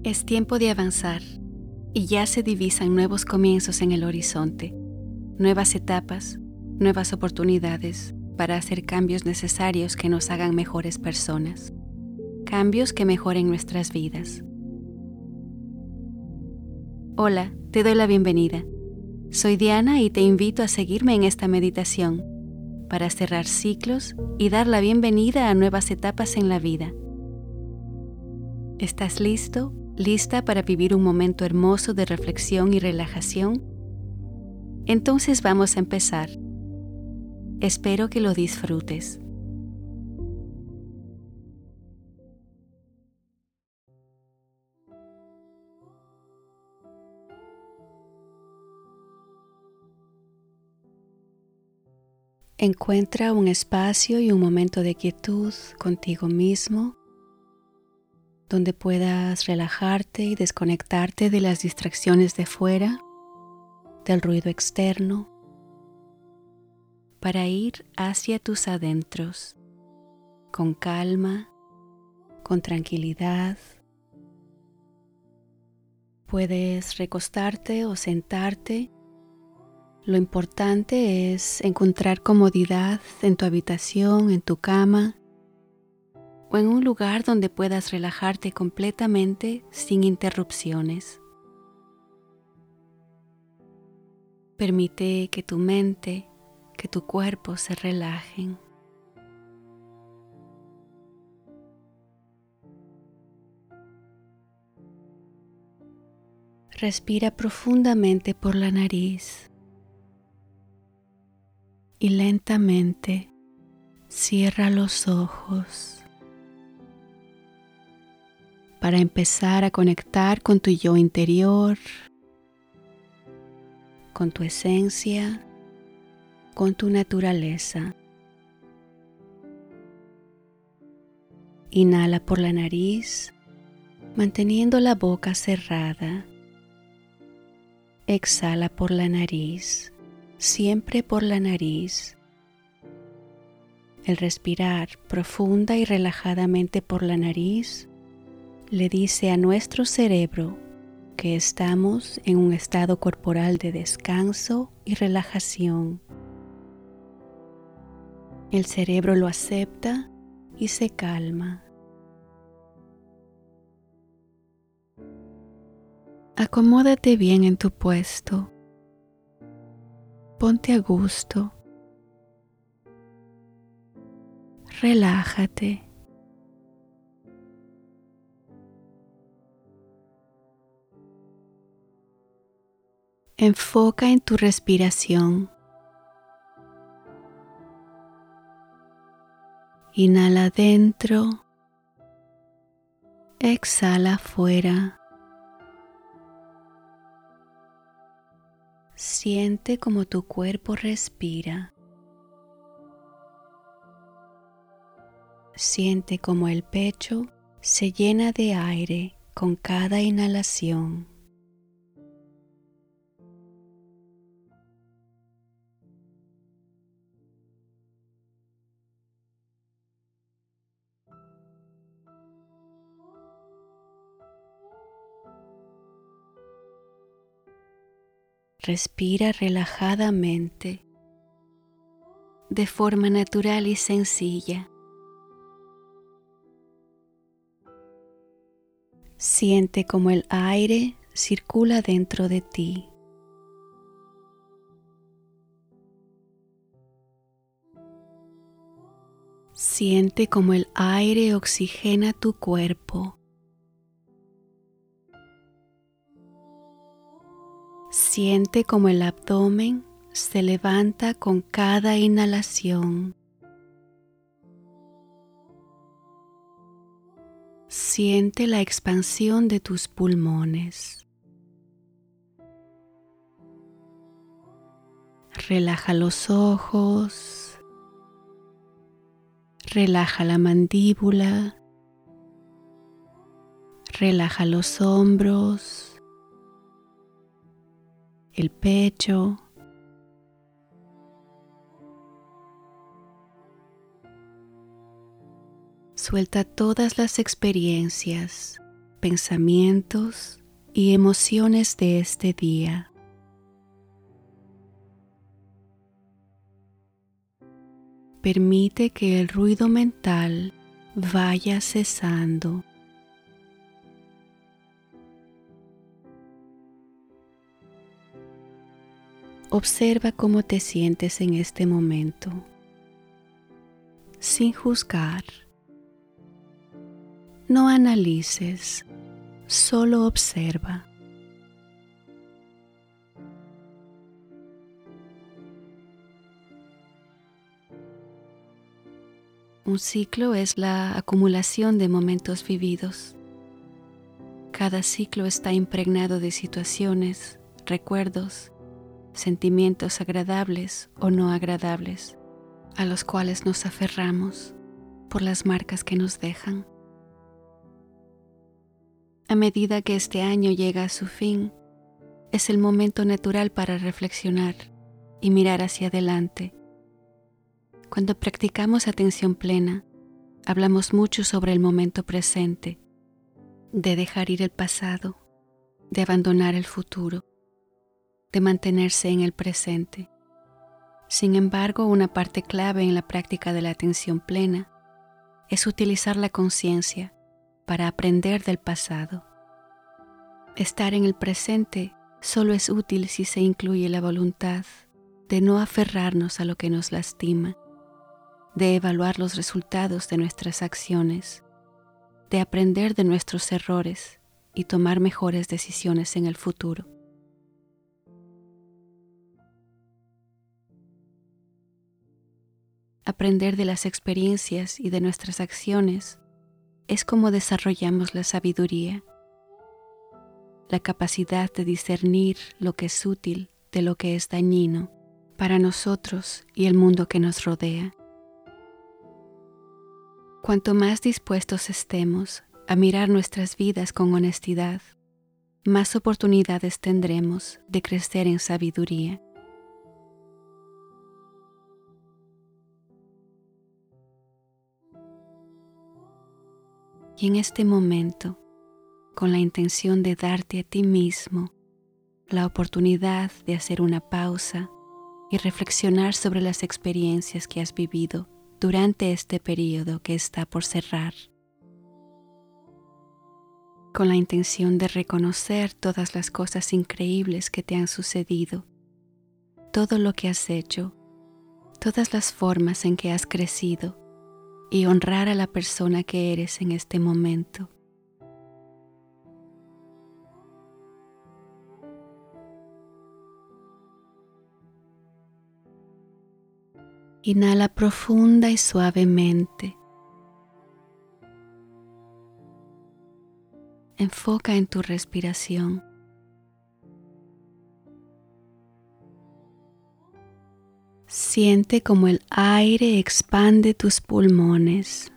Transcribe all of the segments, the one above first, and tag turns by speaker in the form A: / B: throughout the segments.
A: Es tiempo de avanzar y ya se divisan nuevos comienzos en el horizonte, nuevas etapas, nuevas oportunidades para hacer cambios necesarios que nos hagan mejores personas, cambios que mejoren nuestras vidas. Hola, te doy la bienvenida. Soy Diana y te invito a seguirme en esta meditación para cerrar ciclos y dar la bienvenida a nuevas etapas en la vida. ¿Estás listo? ¿Lista para vivir un momento hermoso de reflexión y relajación? Entonces vamos a empezar. Espero que lo disfrutes. Encuentra un espacio y un momento de quietud contigo mismo, donde puedas relajarte y desconectarte de las distracciones de fuera, del ruido externo, para ir hacia tus adentros, con calma, con tranquilidad. Puedes recostarte o sentarte. Lo importante es encontrar comodidad en tu habitación, en tu cama o en un lugar donde puedas relajarte completamente sin interrupciones. Permite que tu mente, que tu cuerpo se relajen. Respira profundamente por la nariz y lentamente cierra los ojos para empezar a conectar con tu yo interior, con tu esencia, con tu naturaleza. Inhala por la nariz, manteniendo la boca cerrada. Exhala por la nariz, siempre por la nariz. El respirar profunda y relajadamente por la nariz le dice a nuestro cerebro que estamos en un estado corporal de descanso y relajación. El cerebro lo acepta y se calma. Acomódate bien en tu puesto. Ponte a gusto. Relájate. Enfoca en tu respiración. Inhala dentro. Exhala afuera. Siente como tu cuerpo respira. Siente como el pecho se llena de aire con cada inhalación. Respira relajadamente, de forma natural y sencilla. Siente como el aire circula dentro de ti. Siente como el aire oxigena tu cuerpo. Siente como el abdomen se levanta con cada inhalación. Siente la expansión de tus pulmones. Relaja los ojos. Relaja la mandíbula. Relaja los hombros. El pecho. Suelta todas las experiencias, pensamientos y emociones de este día. Permite que el ruido mental vaya cesando. Observa cómo te sientes en este momento, sin juzgar. No analices, solo observa. Un ciclo es la acumulación de momentos vividos. Cada ciclo está impregnado de situaciones, recuerdos, sentimientos agradables o no agradables, a los cuales nos aferramos por las marcas que nos dejan. A medida que este año llega a su fin, es el momento natural para reflexionar y mirar hacia adelante. Cuando practicamos atención plena, hablamos mucho sobre el momento presente, de dejar ir el pasado, de abandonar el futuro, de mantenerse en el presente. Sin embargo, una parte clave en la práctica de la atención plena es utilizar la conciencia para aprender del pasado. Estar en el presente solo es útil si se incluye la voluntad de no aferrarnos a lo que nos lastima, de evaluar los resultados de nuestras acciones, de aprender de nuestros errores y tomar mejores decisiones en el futuro. Aprender de las experiencias y de nuestras acciones es como desarrollamos la sabiduría, la capacidad de discernir lo que es útil de lo que es dañino para nosotros y el mundo que nos rodea. Cuanto más dispuestos estemos a mirar nuestras vidas con honestidad, más oportunidades tendremos de crecer en sabiduría. Y en este momento, con la intención de darte a ti mismo la oportunidad de hacer una pausa y reflexionar sobre las experiencias que has vivido durante este periodo que está por cerrar, con la intención de reconocer todas las cosas increíbles que te han sucedido, todo lo que has hecho, todas las formas en que has crecido y honrar a la persona que eres en este momento. Inhala profunda y suavemente. Enfoca en tu respiración. Siente como el aire expande tus pulmones.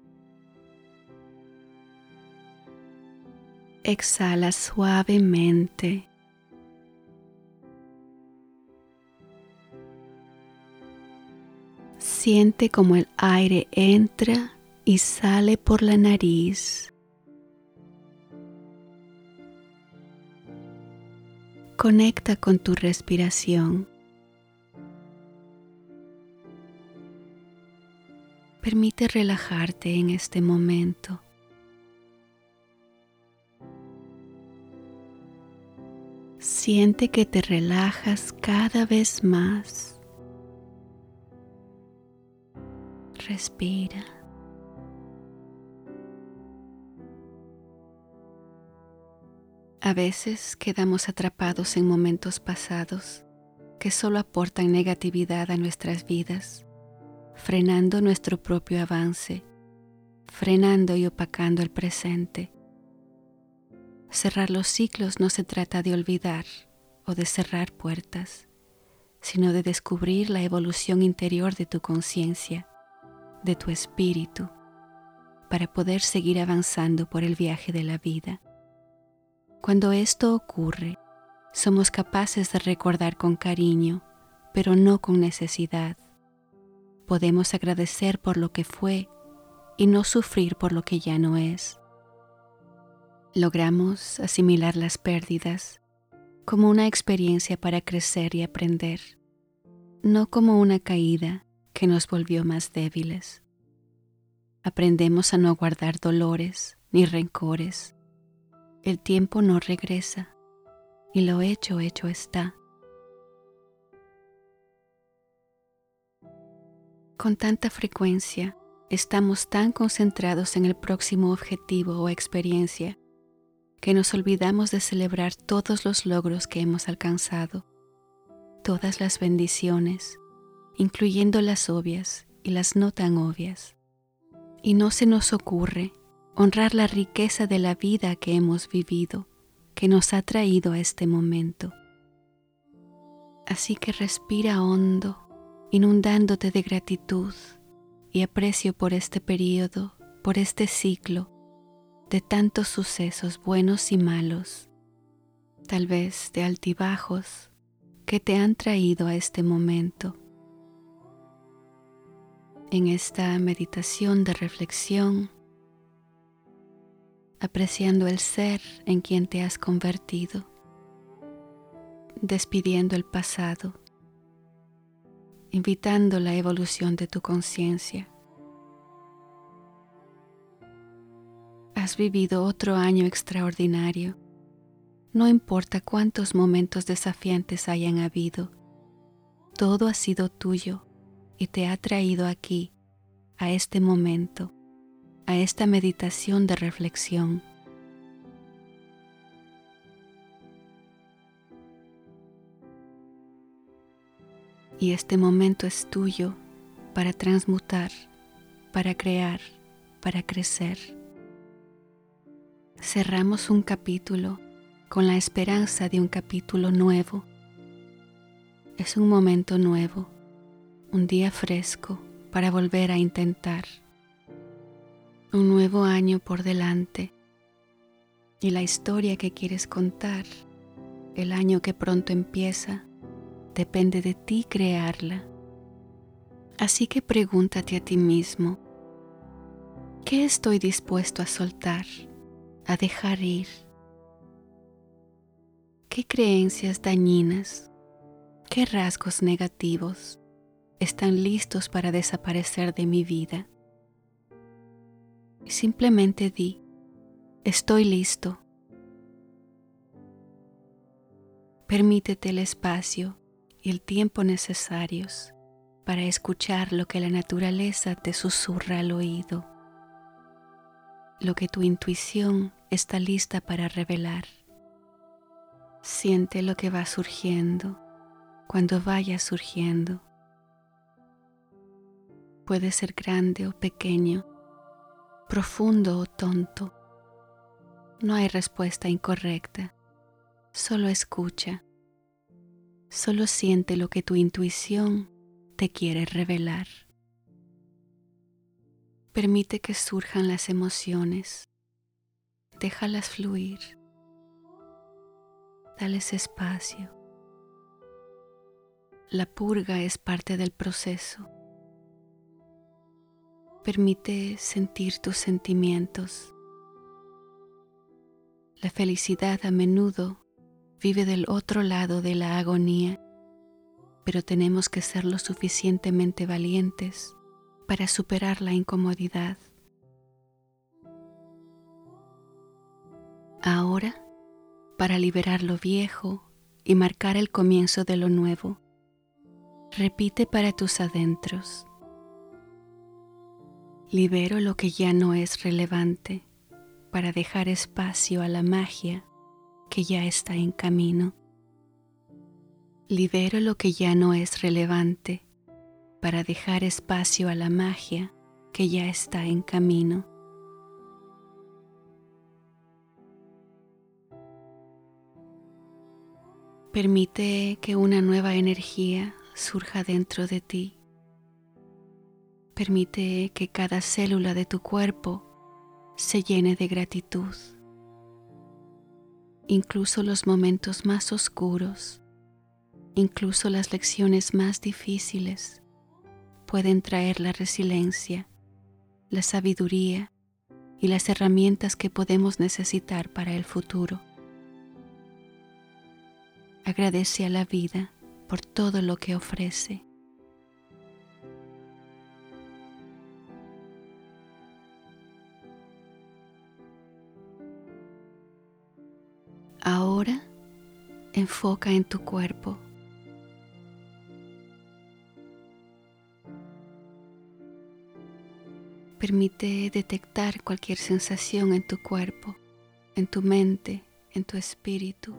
A: Exhala suavemente. Siente como el aire entra y sale por la nariz. Conecta con tu respiración. Permite relajarte en este momento. Siente que te relajas cada vez más. Respira. A veces quedamos atrapados en momentos pasados que solo aportan negatividad a nuestras vidas, frenando nuestro propio avance, frenando y opacando el presente. Cerrar los ciclos no se trata de olvidar o de cerrar puertas, sino de descubrir la evolución interior de tu conciencia, de tu espíritu, para poder seguir avanzando por el viaje de la vida. Cuando esto ocurre, somos capaces de recordar con cariño, pero no con necesidad. Podemos agradecer por lo que fue y no sufrir por lo que ya no es. Logramos asimilar las pérdidas como una experiencia para crecer y aprender, no como una caída que nos volvió más débiles. Aprendemos a no guardar dolores ni rencores. El tiempo no regresa y lo hecho, hecho está. Con tanta frecuencia, estamos tan concentrados en el próximo objetivo o experiencia que nos olvidamos de celebrar todos los logros que hemos alcanzado, todas las bendiciones, incluyendo las obvias y las no tan obvias. Y no se nos ocurre honrar la riqueza de la vida que hemos vivido, que nos ha traído a este momento. Así que respira hondo, inundándote de gratitud y aprecio por este periodo, por este ciclo de tantos sucesos buenos y malos, tal vez de altibajos que te han traído a este momento. En esta meditación de reflexión, apreciando el ser en quien te has convertido, despidiendo el pasado, invitando la evolución de tu conciencia. Has vivido otro año extraordinario. No importa cuántos momentos desafiantes hayan habido, todo ha sido tuyo y te ha traído aquí, a este momento, a esta meditación de reflexión. Y este momento es tuyo para transmutar, para crear, para crecer. Cerramos un capítulo con la esperanza de un capítulo nuevo. Es un momento nuevo, un día fresco para volver a intentar. Un nuevo año por delante y la historia que quieres contar, el año que pronto empieza, depende de ti crearla. Así que pregúntate a ti mismo, ¿qué estoy dispuesto a soltar, a dejar ir? ¿Qué creencias dañinas, qué rasgos negativos están listos para desaparecer de mi vida? Y simplemente di, estoy listo. Permítete el espacio y el tiempo necesarios para escuchar lo que la naturaleza te susurra al oído, lo que tu intuición está lista para revelar. Siente lo que va surgiendo cuando vaya surgiendo. Puede ser grande o pequeño, profundo o tonto. No hay respuesta incorrecta, solo escucha. Solo siente lo que tu intuición te quiere revelar. Permite que surjan las emociones. Déjalas fluir. Dales espacio. La purga es parte del proceso. Permite sentir tus sentimientos. La felicidad a menudo vive del otro lado de la agonía, pero tenemos que ser lo suficientemente valientes para superar la incomodidad. Ahora, para liberar lo viejo y marcar el comienzo de lo nuevo, repite para tus adentros: libero lo que ya no es relevante para dejar espacio a la magia que ya está en camino. Libero lo que ya no es relevante para dejar espacio a la magia que ya está en camino. Permite que una nueva energía surja dentro de ti. Permite que cada célula de tu cuerpo se llene de gratitud. Incluso los momentos más oscuros, incluso las lecciones más difíciles pueden traer la resiliencia, la sabiduría y las herramientas que podemos necesitar para el futuro. Agradece a la vida por todo lo que ofrece. Ahora enfoca en tu cuerpo. Permite detectar cualquier sensación en tu cuerpo, en tu mente, en tu espíritu.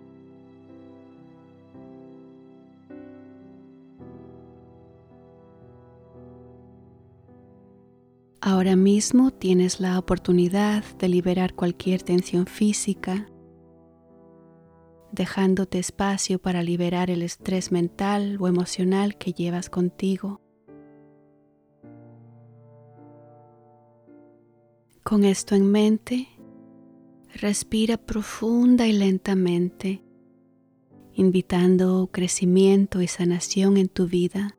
A: Ahora mismo tienes la oportunidad de liberar cualquier tensión física, dejándote espacio para liberar el estrés mental o emocional que llevas contigo. Con esto en mente, respira profunda y lentamente, invitando crecimiento y sanación en tu vida.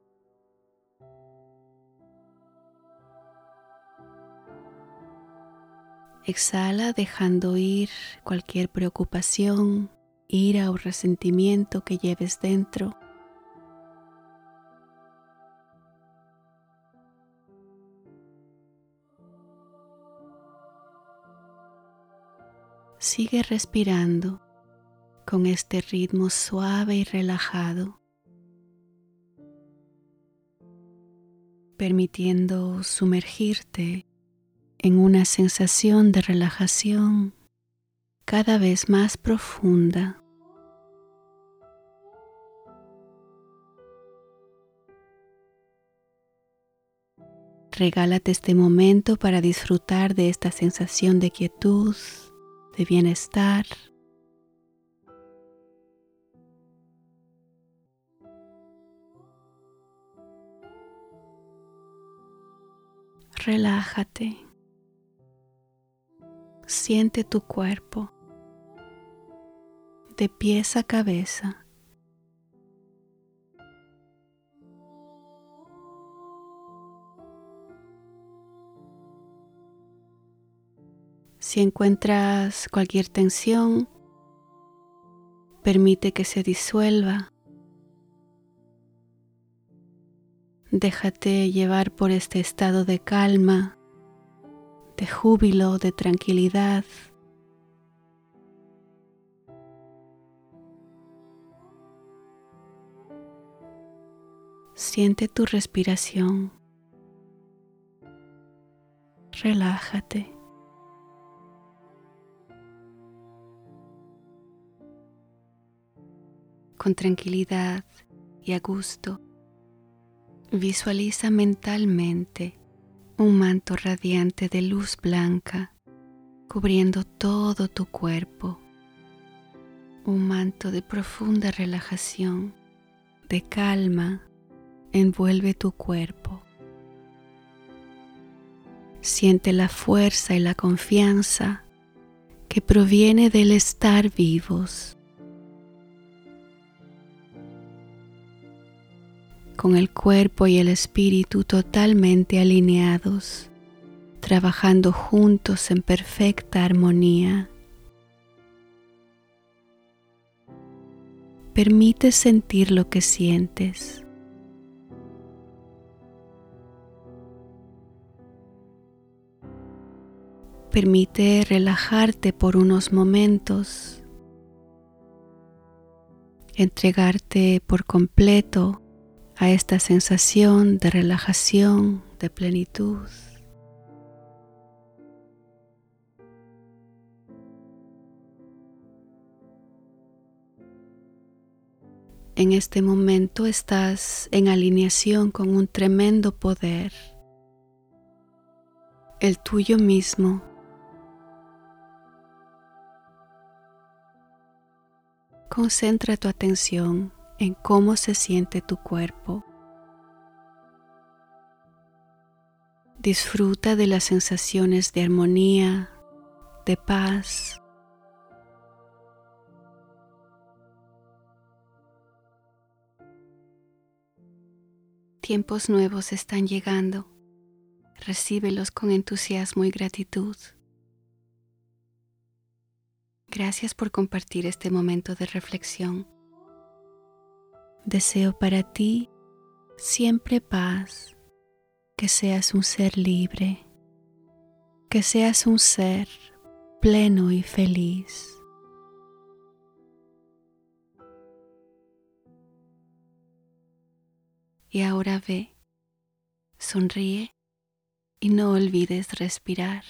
A: Exhala dejando ir cualquier preocupación, ira o resentimiento que lleves dentro. Sigue respirando con este ritmo suave y relajado, permitiendo sumergirte en una sensación de relajación cada vez más profunda. Regálate este momento para disfrutar de esta sensación de quietud, de bienestar. Relájate. Siente tu cuerpo de pies a cabeza. Si encuentras cualquier tensión, permite que se disuelva. Déjate llevar por este estado de calma, de júbilo, de tranquilidad. Siente tu respiración. Relájate. Con tranquilidad y a gusto, visualiza mentalmente un manto radiante de luz blanca cubriendo todo tu cuerpo. Un manto de profunda relajación, de calma, envuelve tu cuerpo. Siente la fuerza y la confianza que proviene del estar vivos. Con el cuerpo y el espíritu totalmente alineados, trabajando juntos en perfecta armonía. Permite sentir lo que sientes. Permite relajarte por unos momentos, entregarte por completo a esta sensación de relajación, de plenitud. En este momento estás en alineación con un tremendo poder, el tuyo mismo. Concentra tu atención en cómo se siente tu cuerpo. Disfruta de las sensaciones de armonía, de paz. Tiempos nuevos están llegando. Recíbelos con entusiasmo y gratitud. Gracias por compartir este momento de reflexión. Deseo para ti siempre paz, que seas un ser libre, que seas un ser pleno y feliz. Y ahora ve, sonríe y no olvides respirar.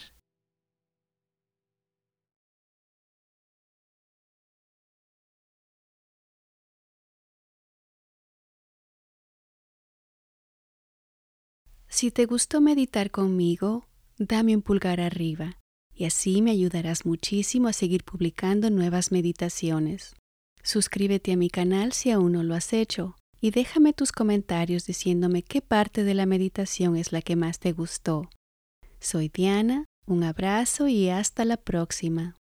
A: Si te gustó meditar conmigo, dame un pulgar arriba y así me ayudarás muchísimo a seguir publicando nuevas meditaciones. Suscríbete a mi canal si aún no lo has hecho y déjame tus comentarios diciéndome qué parte de la meditación es la que más te gustó. Soy Diana, un abrazo y hasta la próxima.